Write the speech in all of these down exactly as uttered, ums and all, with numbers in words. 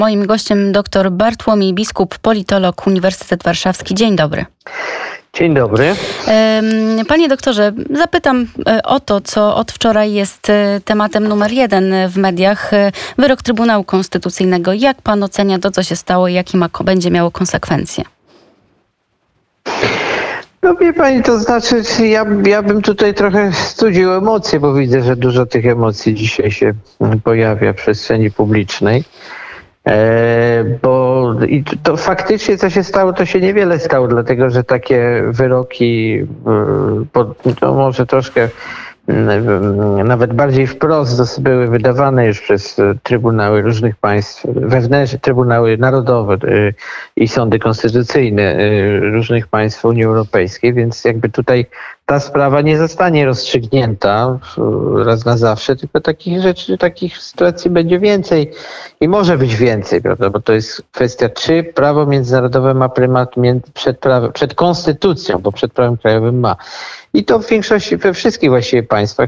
Moim gościem dr Bartłomiej Biskup, politolog, Uniwersytet Warszawski. Dzień dobry. Dzień dobry. Panie doktorze, zapytam o to, co od wczoraj jest tematem numer jeden w mediach. Wyrok Trybunału Konstytucyjnego. Jak pan ocenia to, co się stało i jakie ma, będzie miało konsekwencje? No wie pani, to znaczy ja, ja bym tutaj trochę studził emocje, bo widzę, że dużo tych emocji dzisiaj się pojawia w przestrzeni publicznej. E, bo i to faktycznie co się stało, to się niewiele stało, dlatego że takie wyroki, to może troszkę nawet bardziej wprost były wydawane już przez trybunały różnych państw, wewnętrzne trybunały narodowe i sądy konstytucyjne różnych państw Unii Europejskiej, więc jakby tutaj ta sprawa nie zostanie rozstrzygnięta raz na zawsze, tylko takich rzeczy, takich sytuacji będzie więcej i może być więcej, prawda? Bo to jest kwestia, czy prawo międzynarodowe ma prymat przed, prawem, przed konstytucją, bo przed prawem krajowym ma. I to w większości, we wszystkich właściwie państwach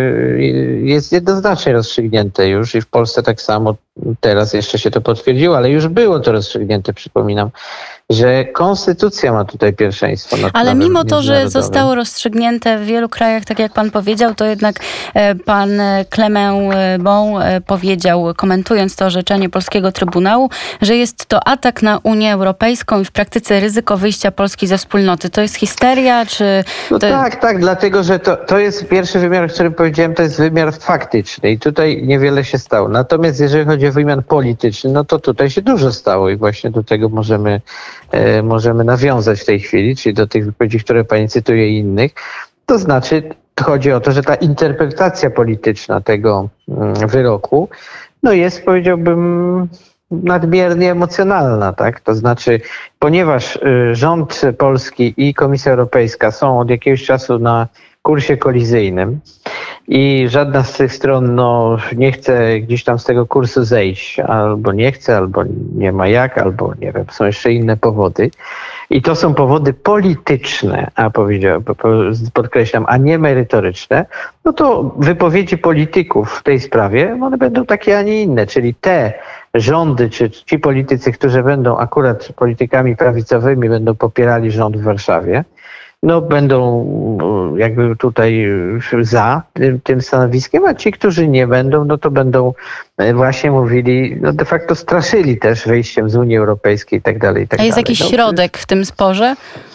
jest jednoznacznie rozstrzygnięte już i w Polsce tak samo, teraz jeszcze się to potwierdziło, ale już było to rozstrzygnięte, przypominam, że konstytucja ma tutaj pierwszeństwo nad Ale prawem mimo to, że zostało rozstrzygnięte w wielu krajach, tak jak pan powiedział, to jednak pan Clement Bon powiedział, komentując to orzeczenie polskiego Trybunału, że jest to atak na Unię Europejską i w praktyce ryzyko wyjścia Polski ze wspólnoty. To jest histeria, czy... No to... tak, tak, dlatego, że to, to jest pierwszy wymiar, o którym powiedziałem, to jest wymiar faktyczny i tutaj niewiele się stało. Natomiast jeżeli chodzi o wymiar polityczny, no to tutaj się dużo stało i właśnie do tego możemy e, możemy nawiązać w tej chwili, czyli do tych wypowiedzi, które pani cytuje i innych. To znaczy, chodzi o to, że ta interpretacja polityczna tego mm, wyroku, no jest, powiedziałbym, nadmiernie emocjonalna, tak? To znaczy, ponieważ y, rząd polski i Komisja Europejska są od jakiegoś czasu na kursie kolizyjnym i żadna z tych stron no, nie chce gdzieś tam z tego kursu zejść, albo nie chce, albo nie ma jak, albo nie wiem, są jeszcze inne powody. I to są powody polityczne, a powiedziałem, podkreślam, a nie merytoryczne, no to wypowiedzi polityków w tej sprawie, one będą takie, a nie inne, czyli te rządy, czy ci politycy, którzy będą akurat politykami prawicowymi, będą popierali rząd w Warszawie, no będą jakby tutaj za tym, tym stanowiskiem, a ci, którzy nie będą, no to będą właśnie mówili, no de facto straszyli też wyjściem z Unii Europejskiej i tak dalej. I tak a jest dalej. jakiś no, środek w tym sporze?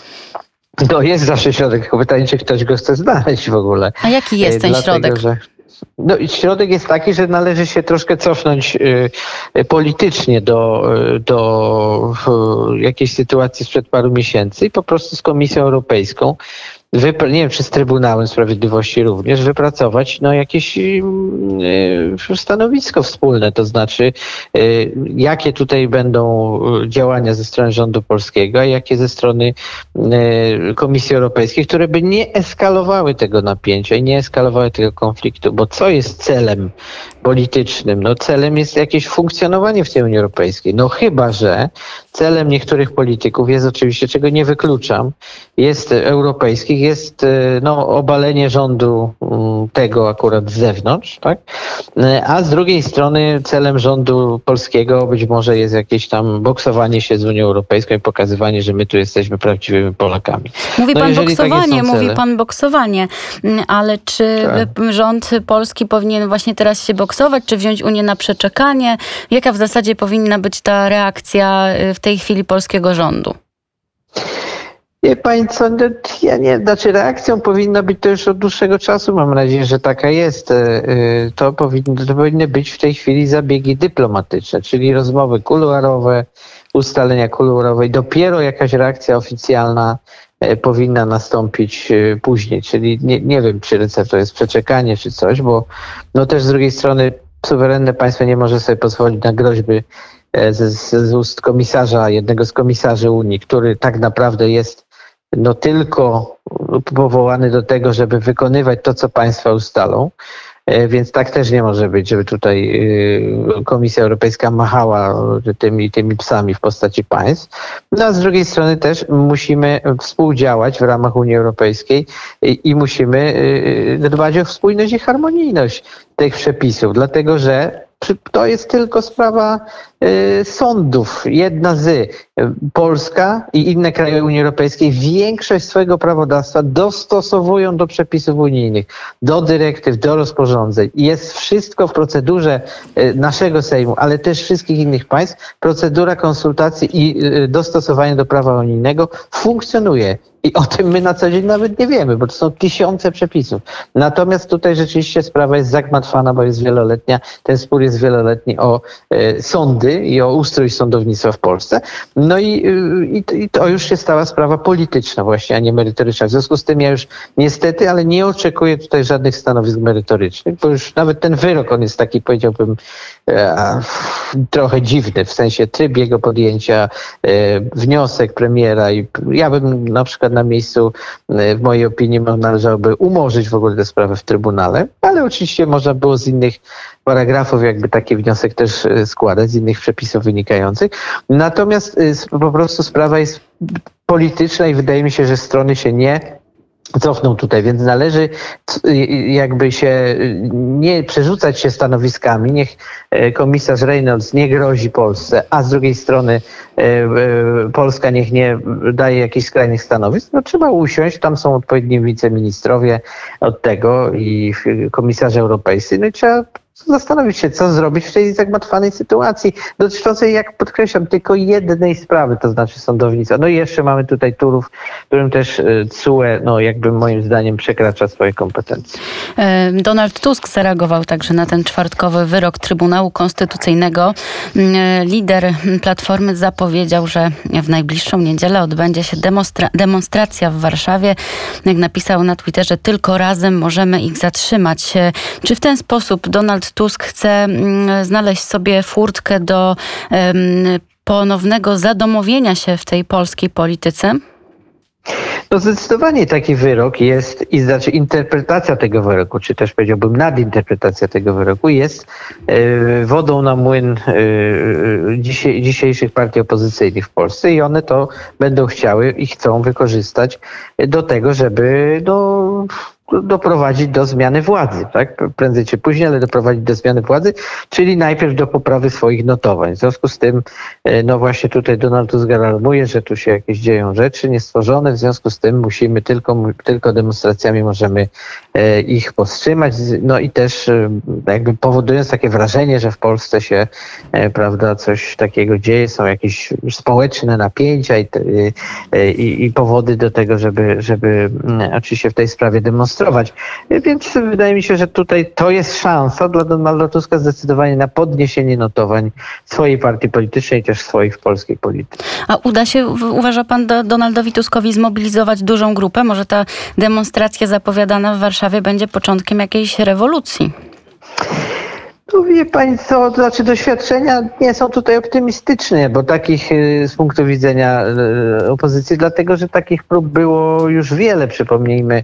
No jest zawsze środek, tylko pytanie, czy ktoś go chce znaleźć w ogóle. A jaki jest ten Dlatego, środek? Że... No i środek jest taki, że należy się troszkę cofnąć y, politycznie do, do y, jakiejś sytuacji sprzed paru miesięcy i po prostu z Komisją Europejską, wypra- nie wiem, czy z Trybunałem Sprawiedliwości również, wypracować no, jakieś y, y, stanowisko wspólne, to znaczy y, jakie tutaj będą działania ze strony rządu polskiego, a jakie ze strony y, Komisji Europejskiej, które by nie eskalowały tego napięcia i nie eskalowały tego konfliktu, bo co jest celem politycznym? No celem jest jakieś funkcjonowanie w tej Unii Europejskiej. No chyba, że celem niektórych polityków jest oczywiście, czego nie wykluczam, jest europejskich, jest no, obalenie rządu tego akurat z zewnątrz, tak? A z drugiej strony celem rządu polskiego być może jest jakieś tam boksowanie się z Unią Europejską i pokazywanie, że my tu jesteśmy prawdziwymi Polakami. Mówi no, pan boksowanie, mówi cele... pan boksowanie, ale czy tak. rząd polski powinien właśnie teraz się boksować, czy wziąć Unię na przeczekanie? Jaka w zasadzie powinna być ta reakcja w tej chwili polskiego rządu? Nie, pani co, ja nie, znaczy reakcją powinna być to już od dłuższego czasu, mam nadzieję, że taka jest. To, powinno, to powinny być w tej chwili zabiegi dyplomatyczne, czyli rozmowy kuluarowe, ustalenia kuluarowe i dopiero jakaś reakcja oficjalna powinna nastąpić później, czyli nie, nie wiem, czy recept to jest przeczekanie, czy coś, bo no też z drugiej strony suwerenne państwo nie może sobie pozwolić na groźby z, z ust komisarza, jednego z komisarzy Unii, który tak naprawdę jest no tylko powołany do tego, żeby wykonywać to, co państwa ustalą. Więc tak też nie może być, żeby tutaj Komisja Europejska machała tymi, tymi psami w postaci państw. No a z drugiej strony też musimy współdziałać w ramach Unii Europejskiej i, i musimy dbać o spójność i harmonijność tych przepisów, dlatego że to jest tylko sprawa y, sądów. Jedna z. Polska i inne kraje Unii Europejskiej większość swojego prawodawstwa dostosowują do przepisów unijnych, do dyrektyw, do rozporządzeń. Jest wszystko w procedurze y, naszego Sejmu, ale też wszystkich innych państw. Procedura konsultacji i y, dostosowania do prawa unijnego funkcjonuje. I o tym my na co dzień nawet nie wiemy, bo to są tysiące przepisów. Natomiast tutaj rzeczywiście sprawa jest zagmatwana, bo jest wieloletnia. Ten spór jest wieloletni o e, sądy i o ustrój sądownictwa w Polsce. No i, i, i to już się stała sprawa polityczna właśnie, a nie merytoryczna. W związku z tym ja już niestety, ale nie oczekuję tutaj żadnych stanowisk merytorycznych, bo już nawet ten wyrok, on jest taki, powiedziałbym, e, trochę dziwny, w sensie tryb jego podjęcia, e, wniosek premiera i ja bym na przykład na miejscu, w mojej opinii, należałoby umorzyć w ogóle tę sprawę w Trybunale, ale oczywiście można było z innych paragrafów jakby taki wniosek też składać, z innych przepisów wynikających. Natomiast po prostu sprawa jest polityczna i wydaje mi się, że strony się nie cofną tutaj, więc należy jakby się nie przerzucać się stanowiskami, niech komisarz Reynolds nie grozi Polsce, a z drugiej strony Polska niech nie daje jakichś skrajnych stanowisk. No trzeba usiąść, tam są odpowiedni wiceministrowie od tego i komisarze europejscy, no i trzeba zastanowić się, co zrobić w tej zagmatwanej sytuacji dotyczącej, jak podkreślam, tylko jednej sprawy, to znaczy sądownictwa. No i jeszcze mamy tutaj Turów, w którym też C U E, no jakby moim zdaniem przekracza swoje kompetencje. Donald Tusk zareagował także na ten czwartkowy wyrok Trybunału Konstytucyjnego. Lider Platformy zapowiedział, że w najbliższą niedzielę odbędzie się demonstra- demonstracja w Warszawie. Jak napisał na Twitterze, tylko razem możemy ich zatrzymać. Czy w ten sposób Donald Tusk chce znaleźć sobie furtkę do um, ponownego zadomowienia się w tej polskiej polityce? No zdecydowanie taki wyrok jest, i znaczy interpretacja tego wyroku, czy też powiedziałbym nadinterpretacja tego wyroku jest y, wodą na młyn y, dzisiaj, dzisiejszych partii opozycyjnych w Polsce i one to będą chciały i chcą wykorzystać do tego, żeby do doprowadzić do zmiany władzy, tak? Prędzej czy później, ale doprowadzić do zmiany władzy, czyli najpierw do poprawy swoich notowań. W związku z tym, no właśnie tutaj Donald Tusk alarmuje, że tu się jakieś dzieją rzeczy niestworzone, w związku z tym musimy tylko, tylko demonstracjami możemy ich powstrzymać, no i też jakby powodując takie wrażenie, że w Polsce się, prawda, coś takiego dzieje, są jakieś społeczne napięcia i, i, i powody do tego, żeby, żeby oczywiście w tej sprawie demonstrować. Więc wydaje mi się, że tutaj to jest szansa dla Donalda Tuska zdecydowanie na podniesienie notowań swojej partii politycznej, też swoich w polskiej polityce. A uda się, uważa pan, do Donaldowi Tuskowi zmobilizować dużą grupę? Może ta demonstracja zapowiadana w Warszawie będzie początkiem jakiejś rewolucji? No wie pani co, to znaczy doświadczenia nie są tutaj optymistyczne, bo takich z punktu widzenia opozycji, dlatego że takich prób było już wiele, przypomnijmy,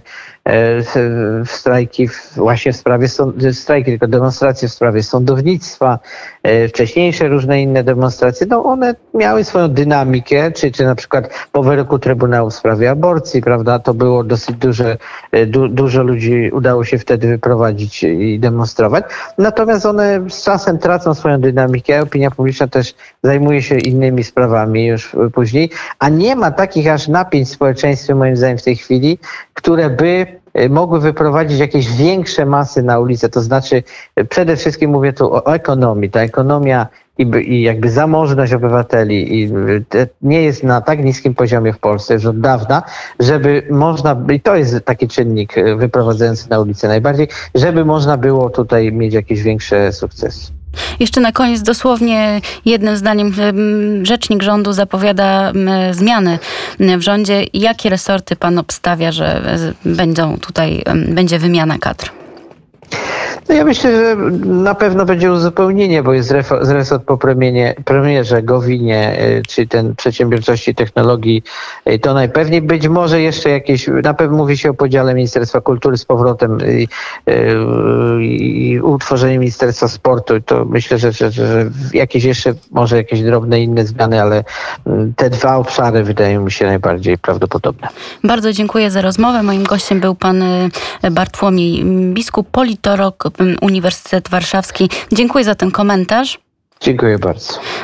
strajki właśnie w sprawie, strajki, tylko demonstracje w sprawie sądownictwa, wcześniejsze różne inne demonstracje, no one miały swoją dynamikę, czy, czy na przykład po wyroku Trybunału w sprawie aborcji, prawda, to było dosyć duże, du, dużo ludzi udało się wtedy wyprowadzić i demonstrować, natomiast one z czasem tracą swoją dynamikę, opinia publiczna też zajmuje się innymi sprawami już później, a nie ma takich aż napięć w społeczeństwie moim zdaniem w tej chwili, które by mogły wyprowadzić jakieś większe masy na ulicę. To znaczy przede wszystkim mówię tu o ekonomii. Ta ekonomia i, i jakby zamożność obywateli i te, nie jest na tak niskim poziomie w Polsce już od dawna, żeby można, i to jest taki czynnik wyprowadzający na ulicę najbardziej, żeby można było tutaj mieć jakieś większe sukcesy. Jeszcze na koniec dosłownie jednym zdaniem rzecznik rządu zapowiada zmiany w rządzie. Jakie resorty pan obstawia, że będą tutaj, będzie wymiana kadr? No ja myślę, że na pewno będzie uzupełnienie, bo jest resort po premierze, premierze Gowinie, czyli ten przedsiębiorczości i technologii, to najpewniej. Być może jeszcze jakieś, na pewno mówi się o podziale Ministerstwa Kultury z powrotem i, i, i utworzeniu Ministerstwa Sportu. To myślę, że, że, że jakieś jeszcze, może jakieś drobne inne zmiany, ale te dwa obszary wydają mi się najbardziej prawdopodobne. Bardzo dziękuję za rozmowę. Moim gościem był pan Bartłomiej Biskup, politolog, Uniwersytet Warszawski. Dziękuję za ten komentarz. Dziękuję bardzo.